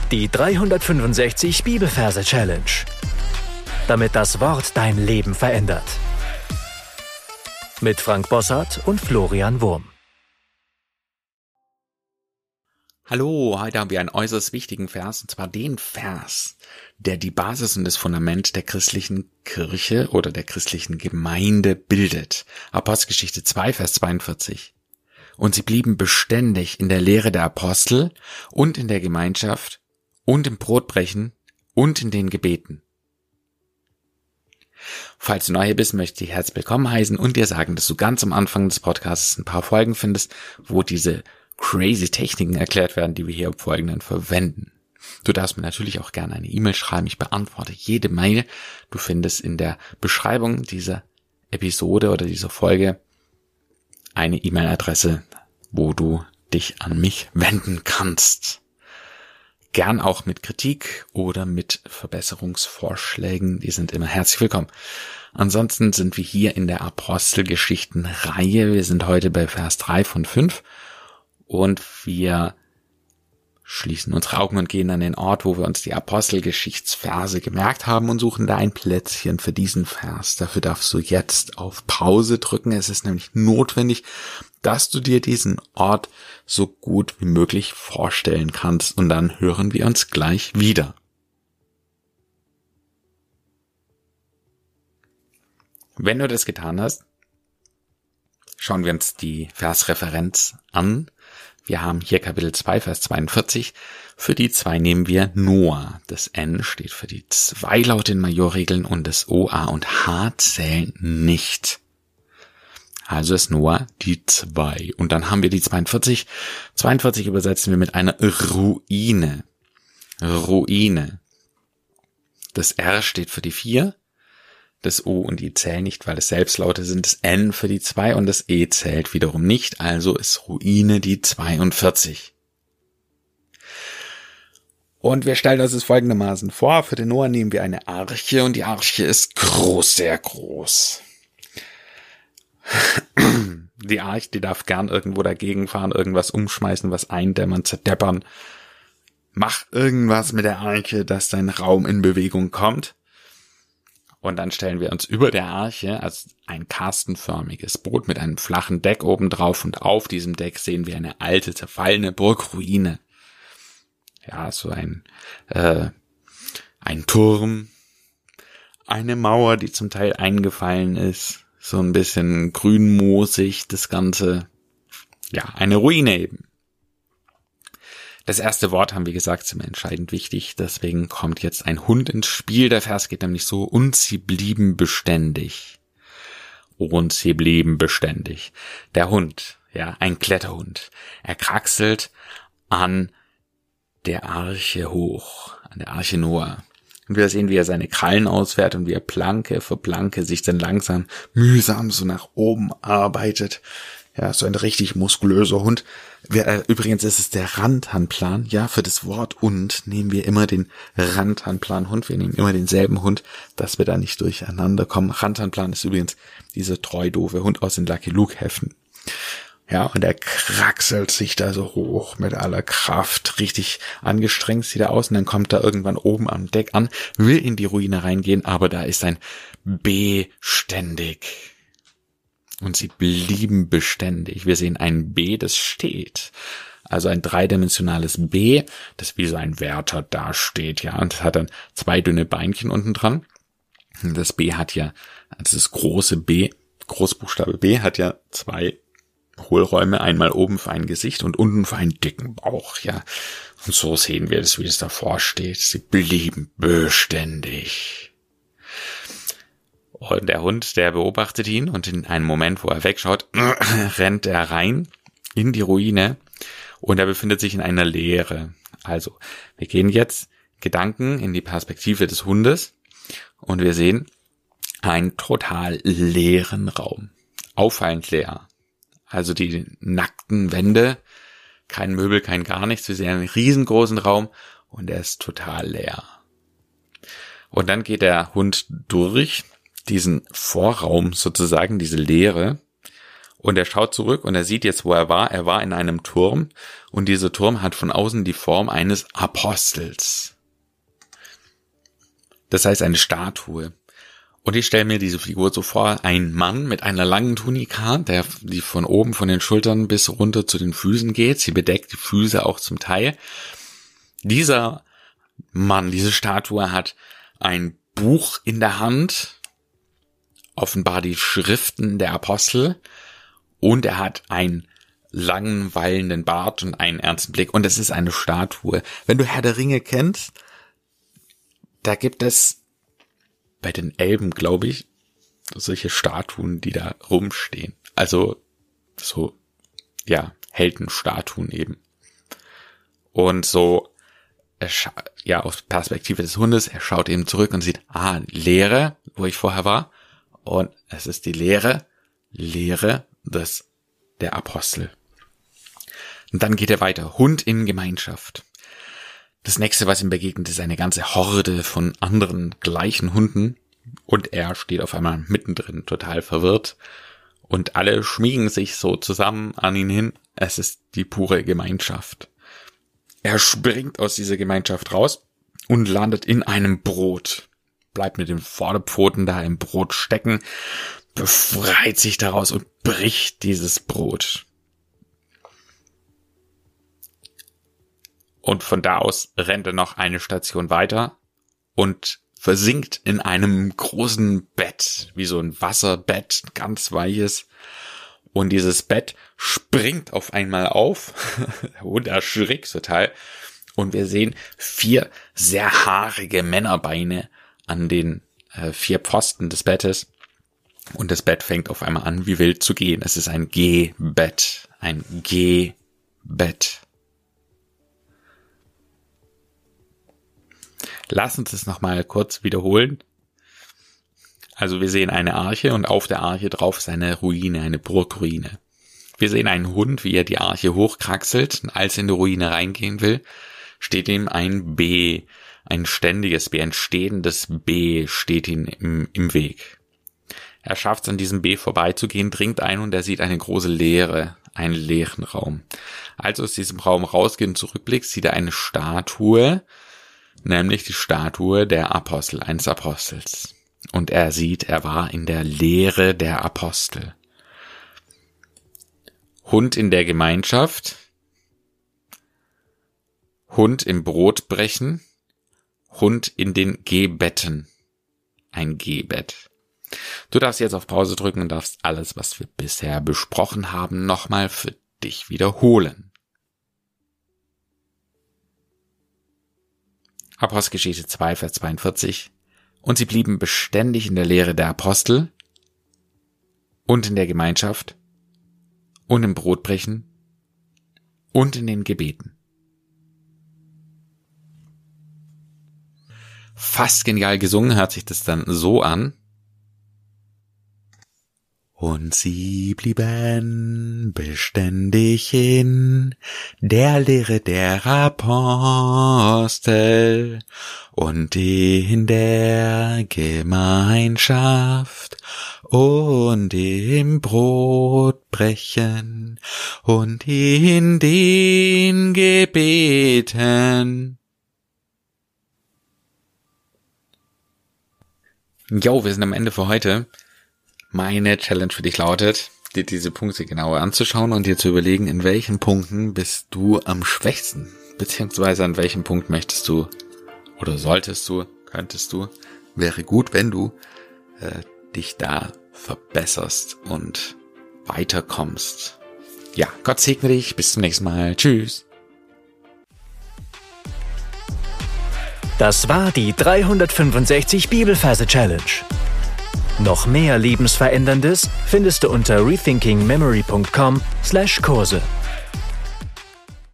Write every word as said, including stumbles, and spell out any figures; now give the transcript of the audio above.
Die dreihundertfünfundsechzig Bibelverse Challenge. Damit das Wort dein Leben verändert. Mit Frank Bossart und Florian Wurm. Hallo, heute haben wir einen äußerst wichtigen Vers, und zwar den Vers, der die Basis und das Fundament der christlichen Kirche oder der christlichen Gemeinde bildet. Apostelgeschichte zwei, Vers zweiundvierzig. Und sie blieben beständig in der Lehre der Apostel und in der Gemeinschaft und im Brotbrechen und in den Gebeten. Falls du neu hier bist, möchte ich dich herzlich willkommen heißen und dir sagen, dass du ganz am Anfang des Podcasts ein paar Folgen findest, wo diese crazy Techniken erklärt werden, die wir hier im Folgenden verwenden. Du darfst mir natürlich auch gerne eine E-Mail schreiben. Ich beantworte jede Mail. Du findest in der Beschreibung dieser Episode oder dieser Folge eine E-Mail-Adresse, wo du dich an mich wenden kannst. Gern auch mit Kritik oder mit Verbesserungsvorschlägen. Die sind immer herzlich willkommen. Ansonsten sind wir hier in der Apostelgeschichten-Reihe. Wir sind heute bei Vers drei von fünf. Und wir schließen unsere Augen und gehen an den Ort, wo wir uns die Apostelgeschichtsverse gemerkt haben und suchen da ein Plätzchen für diesen Vers. Dafür darfst du jetzt auf Pause drücken. Es ist nämlich notwendig, dass du dir diesen Ort so gut wie möglich vorstellen kannst. Und dann hören wir uns gleich wieder. Wenn du das getan hast, schauen wir uns die Versreferenz an. Wir haben hier Kapitel zwei, Vers zweiundvierzig. Für die zwei nehmen wir Noah. Das N steht für die zwei Laute in Majorregeln und das O, A und H zählen nicht. Also ist Noah die zwei. Und dann haben wir die zweiundvierzig. zweiundvierzig übersetzen wir mit einer Ruine. Ruine. Das R steht für die vier. Das O und I zählen nicht, weil es Selbstlaute sind. Das N für die zwei und das E zählt wiederum nicht. Also ist Ruine die zweiundvierzig. Und wir stellen uns das folgendermaßen vor. Für den Noah nehmen wir eine Arche und die Arche ist groß, sehr groß. Die Arche, die darf gern irgendwo dagegen fahren, irgendwas umschmeißen, was eindämmern, zerdeppern. Mach irgendwas mit der Arche, dass dein Raum in Bewegung kommt. Und dann stellen wir uns über der Arche als ein kastenförmiges Boot mit einem flachen Deck oben drauf und auf diesem Deck sehen wir eine alte, zerfallene Burgruine. Ja, so ein, äh, ein Turm, eine Mauer, die zum Teil eingefallen ist, so ein bisschen grünmoosig, das Ganze, ja, eine Ruine eben. Das erste Wort, haben wir gesagt, ist immer entscheidend wichtig, deswegen kommt jetzt ein Hund ins Spiel. Der Vers geht nämlich so, und sie blieben beständig. Und sie blieben beständig. Der Hund, ja, ein Kletterhund, er kraxelt an der Arche hoch, an der Arche Noah. Und wir sehen, wie er seine Krallen ausfährt und wie er Planke für Planke sich dann langsam, mühsam so nach oben arbeitet. Ja, so ein richtig muskulöser Hund. Wir, äh, übrigens ist es der Rantanplan. Ja, für das Wort und nehmen wir immer den Rantanplan Hund. Wir nehmen immer denselben Hund, dass wir da nicht durcheinander kommen. Rantanplan ist übrigens dieser treu doofe Hund aus den Lucky Luke Heften. Ja, und er kraxelt sich da so hoch mit aller Kraft. Richtig angestrengt sieht er aus. Und dann kommt er irgendwann oben am Deck an, will in die Ruine reingehen, aber da ist ein beständig. Und sie blieben beständig. Wir sehen ein B, das steht. Also ein dreidimensionales B, das wie so ein Wärter dasteht, ja. Und es hat dann zwei dünne Beinchen unten dran. Und das B hat ja, das große B, Großbuchstabe B, hat ja zwei Hohlräume, einmal oben für ein Gesicht und unten für einen dicken Bauch, ja. Und so sehen wir das, wie es davor steht. Sie blieben beständig. Und der Hund, der beobachtet ihn und in einem Moment, wo er wegschaut, rennt er rein in die Ruine und er befindet sich in einer Leere. Also, wir gehen jetzt Gedanken in die Perspektive des Hundes und wir sehen einen total leeren Raum. Auffallend leer. Also die nackten Wände, kein Möbel, kein gar nichts. Wir sehen einen riesengroßen Raum und er ist total leer. Und dann geht der Hund durch diesen Vorraum sozusagen, diese Leere, Und er schaut zurück und er sieht jetzt, wo er war. Er war in einem Turm und dieser Turm hat von außen die Form eines Apostels. Das heißt eine Statue. Und ich stelle mir diese Figur so vor, ein Mann mit einer langen Tunika, der die von oben von den Schultern bis runter zu den Füßen geht. Sie bedeckt die Füße auch zum Teil. Dieser Mann, diese Statue hat ein Buch in der Hand, offenbar die Schriften der Apostel, und er hat einen langen, wallenden Bart und einen ernsten Blick. Und es ist eine Statue. Wenn du Herr der Ringe kennst, da gibt es bei den Elben, glaube ich, solche Statuen, die da rumstehen. Also so, ja, Heldenstatuen eben. Und so, er scha- ja, aus Perspektive des Hundes, er schaut eben zurück und sieht, ah, Lehre, wo ich vorher war. Und es ist die Lehre, Lehre des, der Apostel. Und dann geht er weiter. Hund in Gemeinschaft. Das nächste, was ihm begegnet, ist eine ganze Horde von anderen gleichen Hunden und er steht auf einmal mittendrin, total verwirrt und alle schmiegen sich so zusammen an ihn hin. Es ist die pure Gemeinschaft. Er springt aus dieser Gemeinschaft raus und landet in einem Brot, bleibt mit den Vorderpfoten da im Brot stecken, befreit sich daraus und bricht dieses Brot. Und von da aus rennt er noch eine Station weiter und versinkt in einem großen Bett, wie so ein Wasserbett, ganz weiches. Und dieses Bett springt auf einmal auf und erschrickt total. Und wir sehen vier sehr haarige Männerbeine an den äh, vier Pfosten des Bettes. Und das Bett fängt auf einmal an, wie wild zu gehen. Es ist ein Gehbett, ein Gehbett. Lass uns das nochmal kurz wiederholen. Also wir sehen eine Arche und auf der Arche drauf ist eine Ruine, eine Burgruine. Wir sehen einen Hund, wie er die Arche hochkraxelt und als er in die Ruine reingehen will, steht ihm ein B, ein ständiges B, ein stehendes B steht ihm im, im Weg. Er schafft es an diesem B vorbeizugehen, dringt ein und er sieht eine große Leere, einen leeren Raum. Als er aus diesem Raum rausgeht und zurückblickt, sieht er eine Statue, nämlich die Statue der Apostel, eines Apostels. Und er sieht, er war in der Lehre der Apostel. Hund in der Gemeinschaft, Hund im Brotbrechen, Hund in den Gehbetten, ein Gehbett. Du darfst jetzt auf Pause drücken und darfst alles, was wir bisher besprochen haben, nochmal für dich wiederholen. Apostelgeschichte zwei, Vers zweiundvierzig. Und sie blieben beständig in der Lehre der Apostel und in der Gemeinschaft und im Brotbrechen und in den Gebeten. Fast genial gesungen, hört sich das dann so an. Und sie blieben beständig in der Lehre der Apostel und in der Gemeinschaft und im Brotbrechen und in den Gebeten. Jo, wir sind am Ende für heute. Meine Challenge für dich lautet, dir diese Punkte genauer anzuschauen und dir zu überlegen, in welchen Punkten bist du am schwächsten, beziehungsweise an welchem Punkt möchtest du oder solltest du, könntest du, wäre gut, wenn du äh, dich da verbesserst und weiterkommst. Ja, Gott segne dich, bis zum nächsten Mal, tschüss. Das war die dreihundertfünfundsechzig Bibelverse Challenge. Noch mehr Lebensveränderndes findest du unter rethinkingmemory punkt com slash Kurse.